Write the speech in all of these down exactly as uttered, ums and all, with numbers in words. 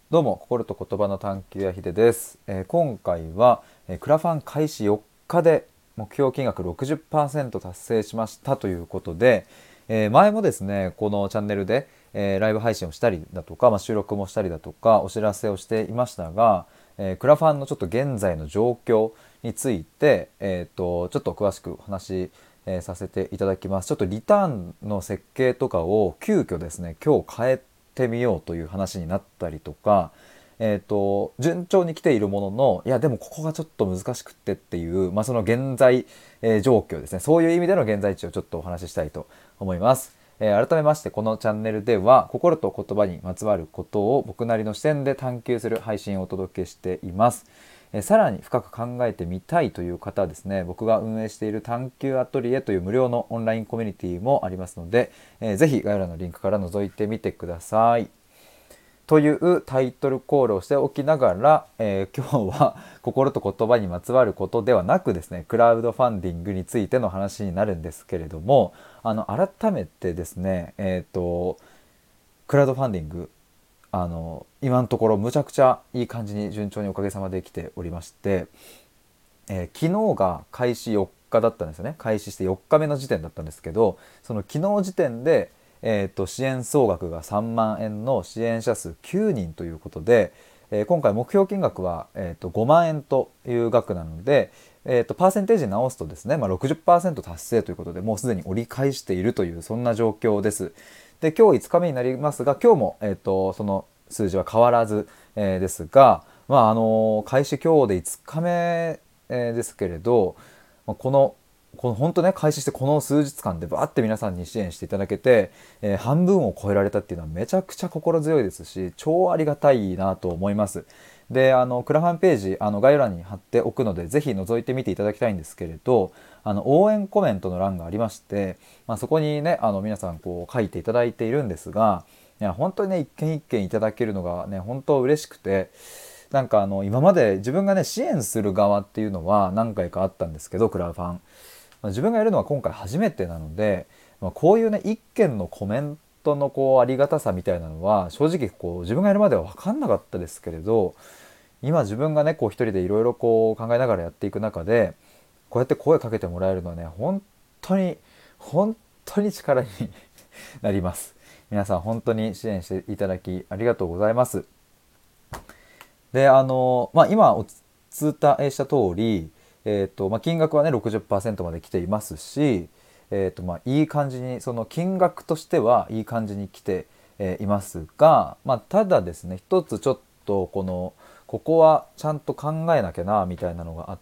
どうも、心と言葉の探求やひでです。えー今回は、えークラファン開始よっかで目標金額ろくじゅっパーセント達成しましたということで、えー前もですね、このチャンネルで、えーライブ配信をしたりだとか、まあ、収録もしたりだとか、お知らせをしていましたが、えークラファンのちょっと現在の状況について、えーと、ちょっと詳しくお話し、えーさせていただきます。ちょっとリターンの設計とかを急遽ですね、今日変えてみようという話になったりとか、えーと、順調に来ているものの、いやでもここがちょっと難しくってっていう、まあ、その現在、えー状況ですね。そういう意味での現在地をちょっとお話ししたいと思います。えー改めましてこのチャンネルでは心と言葉にまつわることを僕なりの視点で探求する配信をお届けしています。えーさらに深く考えてみたいという方はですね、僕が運営している探求アトリエという無料のオンラインコミュニティもありますので、えーぜひ概要欄のリンクから覗いてみてください。というタイトルコールをしておきながら、えー今日は心と言葉にまつわることではなくですね、クラウドファンディングについての話になるんですけれども、あの改めてですね、えっ、とクラウドファンディング、あの今のところむちゃくちゃいい感じに順調におかげさまで来ておりまして、えー昨日が開始よっかだったんですよね。開始してよっかめの時点だったんですけど、その昨日時点で、えーと支援総額がさんまん円の支援者数きゅうにんということで、えー今回目標金額は、えーとごまん円という額なので、えーとパーセンテージに直すとですね、まあ、ろくじゅっパーセント達成ということで、もうすでに折り返しているというそんな状況です。で今日いつかめになりますが、今日も、えーとその数字は変わらず、えーですが、まああの開始今日でいつかめえーですけれど、まあこのこの本当ね、開始してこの数日間でバーって皆さんに支援していただけて、えー半分を超えられたっていうのはめちゃくちゃ心強いですし、超ありがたいなと思います。で、あのクラファンページ、あの概要欄に貼っておくのでぜひ覗いてみていただきたいんですけれど、あの応援コメントの欄がありまして、まあ、そこにね、あの皆さんこう書いていただいているんですが、いや本当にね、一件一件いただけるのがね、本当嬉しくて、なんかあの今まで自分がね、支援する側っていうのは何回かあったんですけど、クラファン、まあ自分がやるのは今回初めてなので、まあ、こういうね、一件のコメントのこうありがたさみたいなのは正直こう自分がやるまでは分かんなかったですけれど、今自分がね、こう一人でいろいろこう考えながらやっていく中で、こうやって声かけてもらえるのはね、本当に本当に力になります。皆さん本当に支援していただきありがとうございます。で、あの、まあ、今お伝えした通り、えーとまあ、金額はねろくじゅっパーセントまで来ていますし、えーとまあ、いい感じに、その金額としてはいい感じに来て、えーいますが、まあ、ただですね、一つちょっとこのここはちゃんと考えなきゃなみたいなのがあって、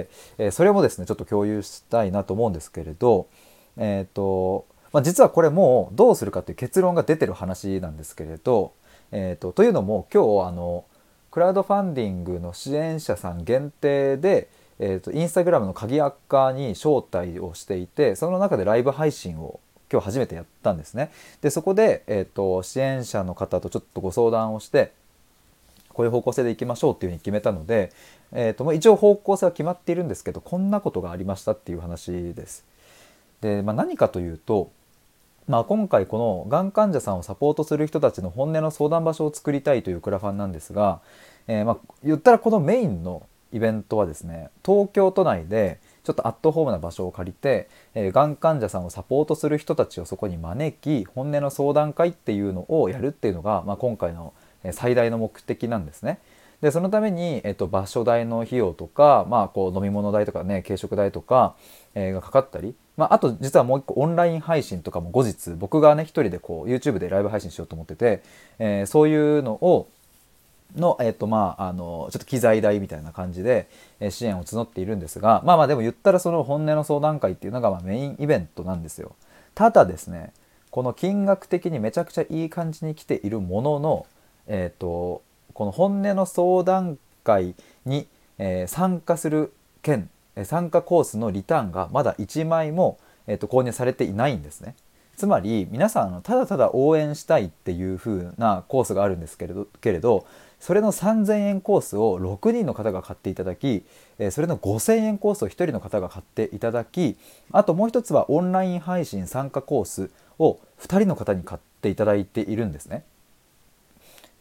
えーそれもですねちょっと共有したいなと思うんですけれど、えーとまあ、実はこれもうどうするかっていう結論が出てる話なんですけれど、えーとというのも今日あのクラウドファンディングの支援者さん限定で、えーと、インスタグラムの鍵アカに招待をしていて、その中でライブ配信を今日初めてやったんですね。で、そこで、えーと、支援者の方とちょっとご相談をして、こういう方向性でいきましょうっていうふうに決めたので、えーと、一応方向性は決まっているんですけど、こんなことがありましたっていう話です。で、まあ、何かというと、まあ、今回このがん患者さんをサポートする人たちの本音の相談場所を作りたいというクラファンなんですが、えーまあ言ったらこのメインのイベントはですね、東京都内でちょっとアットホームな場所を借りて、えー、がん患者さんをサポートする人たちをそこに招き、本音の相談会っていうのをやるっていうのが、まあ、今回の最大の目的なんですね。でそのために、えっと、場所代の費用とか、まあ、こう飲み物代とかね、軽食代とか、えーがかかったり、まあ、あと実はもう一個オンライン配信とかも後日僕がね一人でこう YouTube でライブ配信しようと思ってて、えーそういうのをの、えっとまあ、あのちょっと機材代みたいな感じで、えー支援を募っているんですが、まあまあでも言ったらその本音の相談会っていうのがまあメインイベントなんですよ。ただですね、この金額的にめちゃくちゃいい感じに来ているものの、えっとこの本音の相談会に、えー参加する件、参加コースのリターンがまだいちまいも、えー、と購入されていないんですね。つまり皆さんただただ応援したいっていう風なコースがあるんですけれど、けれどそれのさんぜんえんコースをろくにんの方が買っていただき、それのごせんえんコースをひとりの方が買っていただき、あともう一つはオンライン配信参加コースをふたりの方に買っていただいているんですね。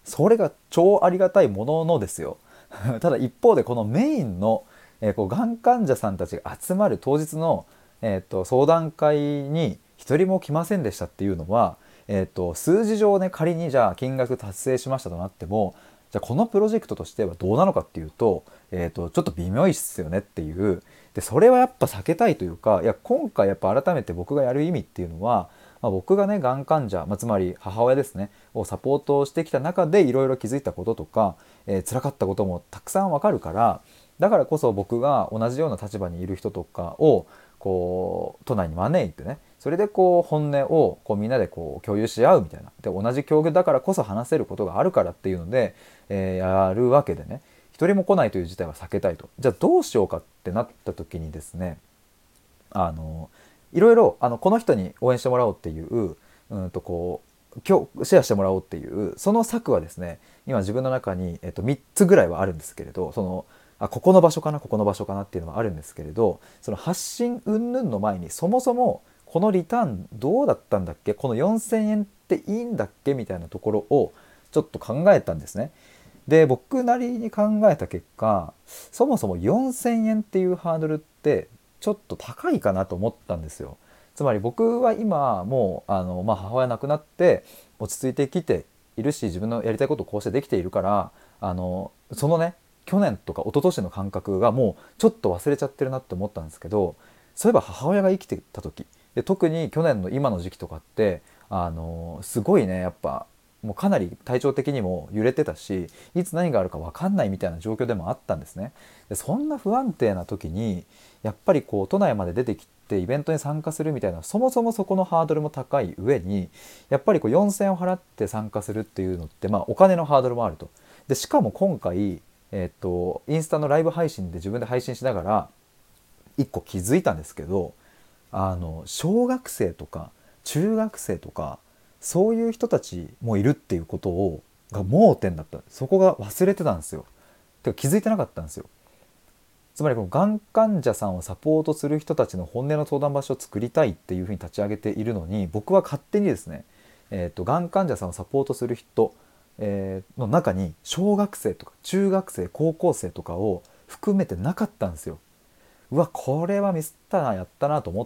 それが超ありがたいもののですよただ一方でこのメインの、えーこうがん患者さんたちが集まる当日の、えーと相談会に一人も来ませんでしたっていうのは、えーと数字上ね、仮にじゃあ金額達成しましたとなっても、じゃあこのプロジェクトとしてはどうなのかっていうと、えーとちょっと微妙いっすよねっていう。でそれはやっぱ避けたいというか、いや今回やっぱ改めて僕がやる意味っていうのは、まあ、僕がねがん患者、まあ、つまり母親ですねをサポートしてきた中でいろいろ気づいたこととか、えー、辛かったこともたくさんわかるから、だからこそ僕が同じような立場にいる人とかをこう都内に招いてね、それでこう本音をこうみんなでこう共有し合うみたいな、で同じ境遇だからこそ話せることがあるからっていうので、えーやるわけでね、一人も来ないという事態は避けたいと。じゃあどうしようかってなった時にですね、あのいろいろあのこの人に応援してもらおうっていう、うんとこう今日シェアしてもらおうっていうその策はですね、今自分の中に、えっと、みっつぐらいはあるんですけれど、そのあここの場所かなここの場所かなっていうのはあるんですけれど、その発信云々の前にそもそもこのリターンどうだったんだっけ、このよんせんえんっていいんだっけみたいなところをちょっと考えたんですね。で僕なりに考えた結果、そもそもよんせんえんっていうハードルってちょっと高いかなと思ったんですよ。つまり僕は今もうあの、まあ、母親亡くなって落ち着いてきているし、自分のやりたいことをこうしてできているから、あのそのね去年とか一昨年の感覚がもうちょっと忘れちゃってるなって思ったんですけど、そういえば母親が生きてた時で、特に去年の今の時期とかってあのすごいね、やっぱもうかなり体調的にも揺れてたし、いつ何があるか分かんないみたいな状況でもあったんですね。でそんな不安定な時にやっぱりこう都内まで出てきてイベントに参加するみたいな、そもそもそこのハードルも高い上に、やっぱりこうよんせんえんを払って参加するっていうのって、まあ、お金のハードルもあると。でしかも今回、えっとインスタのライブ配信で自分で配信しながら一個気づいたんですけど、あの小学生とか中学生とかそういう人たちもいるっていうことをが盲点だった。そこが忘れてたんですよ。てか気づいてなかったんですよ。つまりこのがん患者さんをサポートする人たちの本音の相談場所を作りたいっていうふうに立ち上げているのに、僕は勝手にですね、えーと、がん患者さんをサポートする人、えーの中に小学生とか中学生高校生とかを含めてなかったんですよ。うわこれはミスったな、やったなと思って、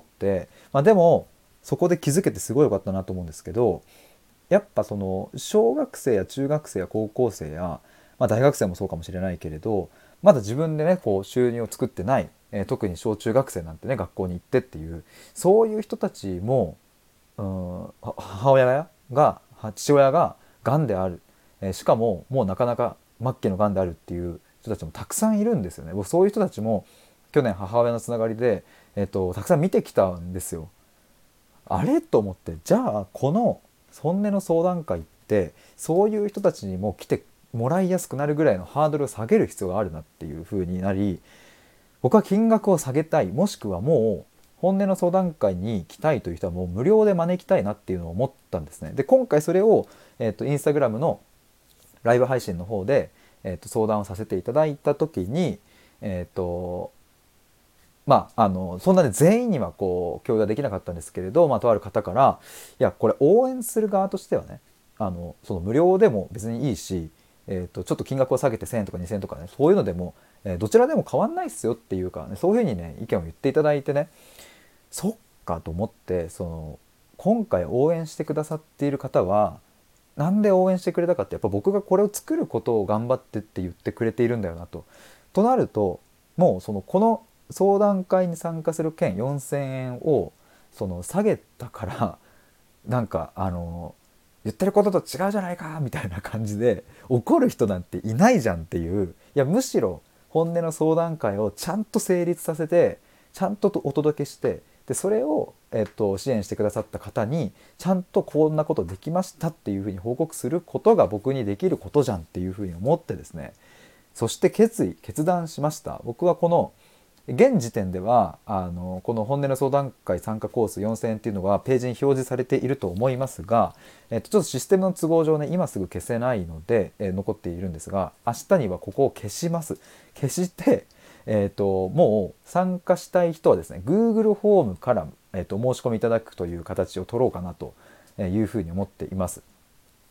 まあ、でもそこで気づけてすごい良かったなと思うんですけど、やっぱその小学生や中学生や高校生や、まあ、大学生もそうかもしれないけれど、まだ自分でねこう収入を作ってない、えー特に小中学生なんてね学校に行ってっていう、そういう人たちも、うん、は母親がが父親ががんである、えーしかももうなかなか末期のがんであるっていう人たちもたくさんいるんですよね。僕そういう人たちも去年母親のつながりで、えーと、たくさん見てきたんですよ。あれと思って、じゃあこの本音の相談会ってそういう人たちにも来てもらいやすくなるぐらいのハードルを下げる必要があるなっていう風になり、僕は金額を下げたい、もしくはもう本音の相談会に来たいという人はもう無料で招きたいなっていうのを思ったんですね。で今回それを、えーと、インスタグラムのライブ配信の方で、えーと、相談をさせていただいた時に、えーとまあ、あのそんなね全員にはこう共有はできなかったんですけれど、まあ、とある方から「いやこれ応援する側としてはね、あのその無料でも別にいいし、えー、とちょっと金額を下げてせんえんとかにせんえんとかね、そういうのでも、えーどちらでも変わんないっすよ」っていうか、ね、そういうふうにね意見を言っていただいてね、そっかと思って、その今回応援してくださっている方はなんで応援してくれたかって、やっぱ僕がこれを作ることを頑張ってって言ってくれているんだよなと。となるともうそのこの相談会に参加する券よんせんえんをその下げたからなんかあの言ってることと違うじゃないかみたいな感じで怒る人なんていないじゃんっていう。いやむしろ本音の相談会をちゃんと成立させてちゃんとお届けして、でそれを、えっと、支援してくださった方にちゃんとこんなことできましたっていうふうに報告することが僕にできることじゃんっていうふうに思ってですね、そして決意決断しました。僕はこの現時点ではあのこの本音の相談会参加コースよんせんえんっていうのはページに表示されていると思いますが、えっと、ちょっとシステムの都合上ね今すぐ消せないので、えー残っているんですが、明日にはここを消します。消して、えっと、もう参加したい人はですね Google フォームからえっと、申し込みいただくという形を取ろうかなというふうに思っています。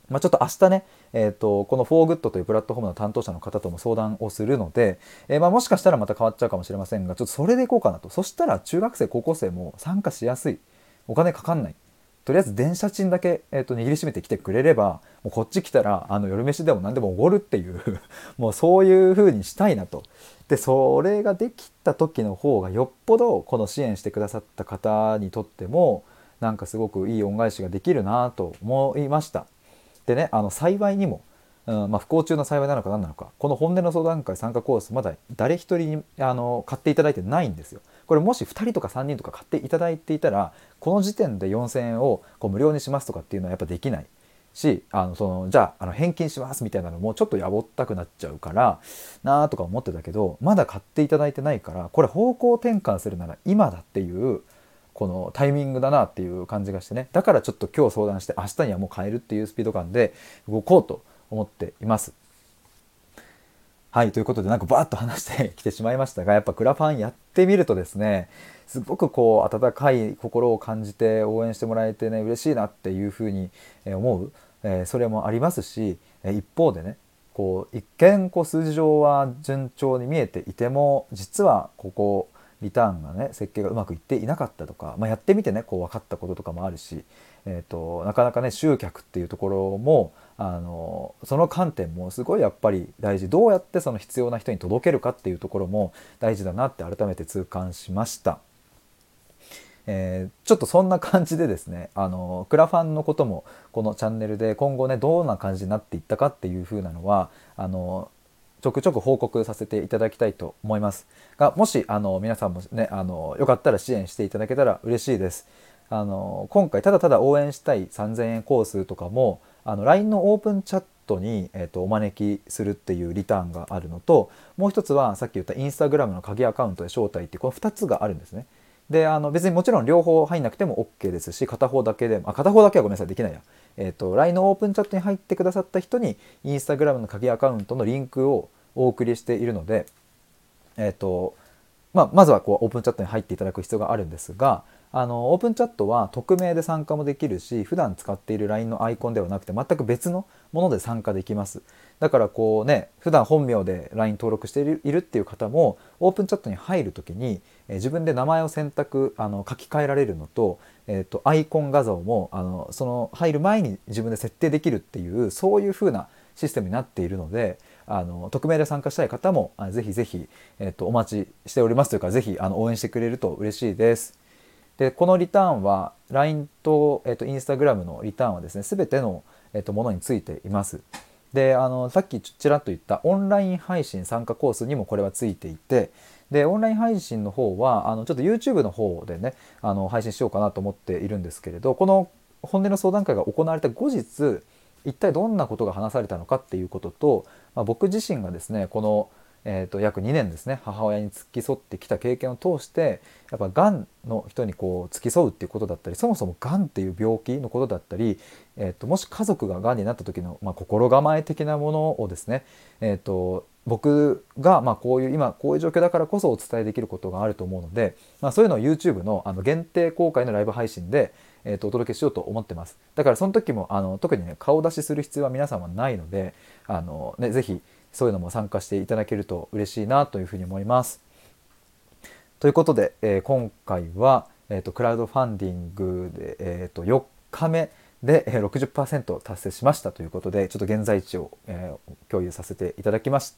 まあ、ちょっと明日ね、えー、とこのフォーグッドというプラットフォームの担当者の方とも相談をするので、えーまあ、もしかしたらまた変わっちゃうかもしれませんが、ちょっとそれでいこうかなと。そしたら中学生高校生も参加しやすい、お金かかんない、とりあえず電車賃だけ、えー、と握りしめてきてくれれば、もうこっち来たらあの夜飯でも何でもおごるっていうもうそういう風にしたいなと。でそれができた時の方がよっぽどこの支援してくださった方にとってもなんかすごくいい恩返しができるなと思いました。でね、あの幸いにも、うんまあ、不幸中の幸いなのか何なのか、この本音の相談会参加コースまだ誰一人にあの買っていただいてないんですよ。これもしふたりとかさんにんとか買っていただいていたら、この時点でよんせんえんをこう無料にしますとかっていうのはやっぱできないし、あのそのじゃあ、あの返金しますみたいなのもちょっとやぼったくなっちゃうからなーとか思ってたけど、まだ買っていただいてないから、これ方向転換するなら今だっていうこのタイミングだなっていう感じがしてね、だからちょっと今日相談して明日にはもう買えるっていうスピード感で動こうと思っています。はい、ということでなんかバーッと話してきてしまいましたが、やっぱクラファンやってみるとですね、すごくこう温かい心を感じて応援してもらえてね、嬉しいなっていうふうに思う、えーそれもありますし、えー一方でね、こう一見こう数字上は順調に見えていても、実はここリターンがね設計がうまくいっていなかったとか、まあ、やってみてねこう分かったこととかもあるし、えーと、なかなかね集客っていうところもあのその観点もすごいやっぱり大事、どうやってその必要な人に届けるかっていうところも大事だなって改めて痛感しました。えーちょっとそんな感じでですね、あのクラファンのこともこのチャンネルで今後ねどんな感じになっていったかっていう風なのはあのちょくちょく報告させていただきたいと思いますが、もしあの皆さんもねあのよかったら支援していただけたら嬉しいです。あの今回ただただ応援したいさんぜんえんコースとかもあの ライン のオープンチャットに、えー、とお招きするっていうリターンがあるのと、もう一つはさっき言ったインスタグラムの鍵アカウントで招待っていうこのふたつがあるんですね。であの別にもちろん両方入んなくても OK ですし、片方だけでもあ片方だけはごめんなさいできないや、えー、と ライン のオープンチャットに入ってくださった人にインスタグラムの鍵アカウントのリンクをお送りしているので、えーとまあ、まずはこうオープンチャットに入っていただく必要があるんですが、あのオープンチャットは匿名で参加もできるし、普段使っている ライン のアイコンではなくて全く別のもので参加できます。だからこうね、普段本名で ライン 登録しているいるっていう方もオープンチャットに入るときに、えー自分で名前を選択あの書き換えられるのと、えーとアイコン画像もあのその入る前に自分で設定できるっていうそういう風なシステムになっているので、あの匿名で参加したい方もあぜひぜひ、えー、とお待ちしておりますというか、ぜひあの応援してくれると嬉しいです。でこのリターンは ライン と、えー、と Instagram のリターンはですね全ての、えー、とものについています。であのさっきちらっと言ったオンライン配信参加コースにもこれはついていて、でオンライン配信の方はあのちょっと YouTube の方でねあの配信しようかなと思っているんですけれど、この本音の相談会が行われた後日一体どんなことが話されたのかっていうことと、まあ、僕自身がですねこの、えー、と約にねんですね母親に付き添ってきた経験を通して、やっぱがんの人にこう付き添うっていうことだったり、そもそもがんっていう病気のことだったり、えー、ともし家族ががんになった時の、まあ、心構え的なものをですね、えー、と僕がまあこういう今こういう状況だからこそお伝えできることがあると思うので、まあ、そういうのを YouTube の, あの限定公開のライブ配信で、えー、とお届けしようと思ってます。だからその時もあの特にね顔出しする必要は皆さんはないので、あの、ね、ぜひそういうのも参加していただけると嬉しいなというふうに思います。ということで、えー今回は、えー、とクラウドファンディングで、えー、とよっかめでえーろくじゅっパーセント達成しましたということで、ちょっと現在地を、えー共有させていただきました。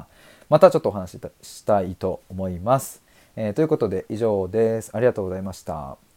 またちょっとお話ししたいと思います。えーということで以上です。ありがとうございました。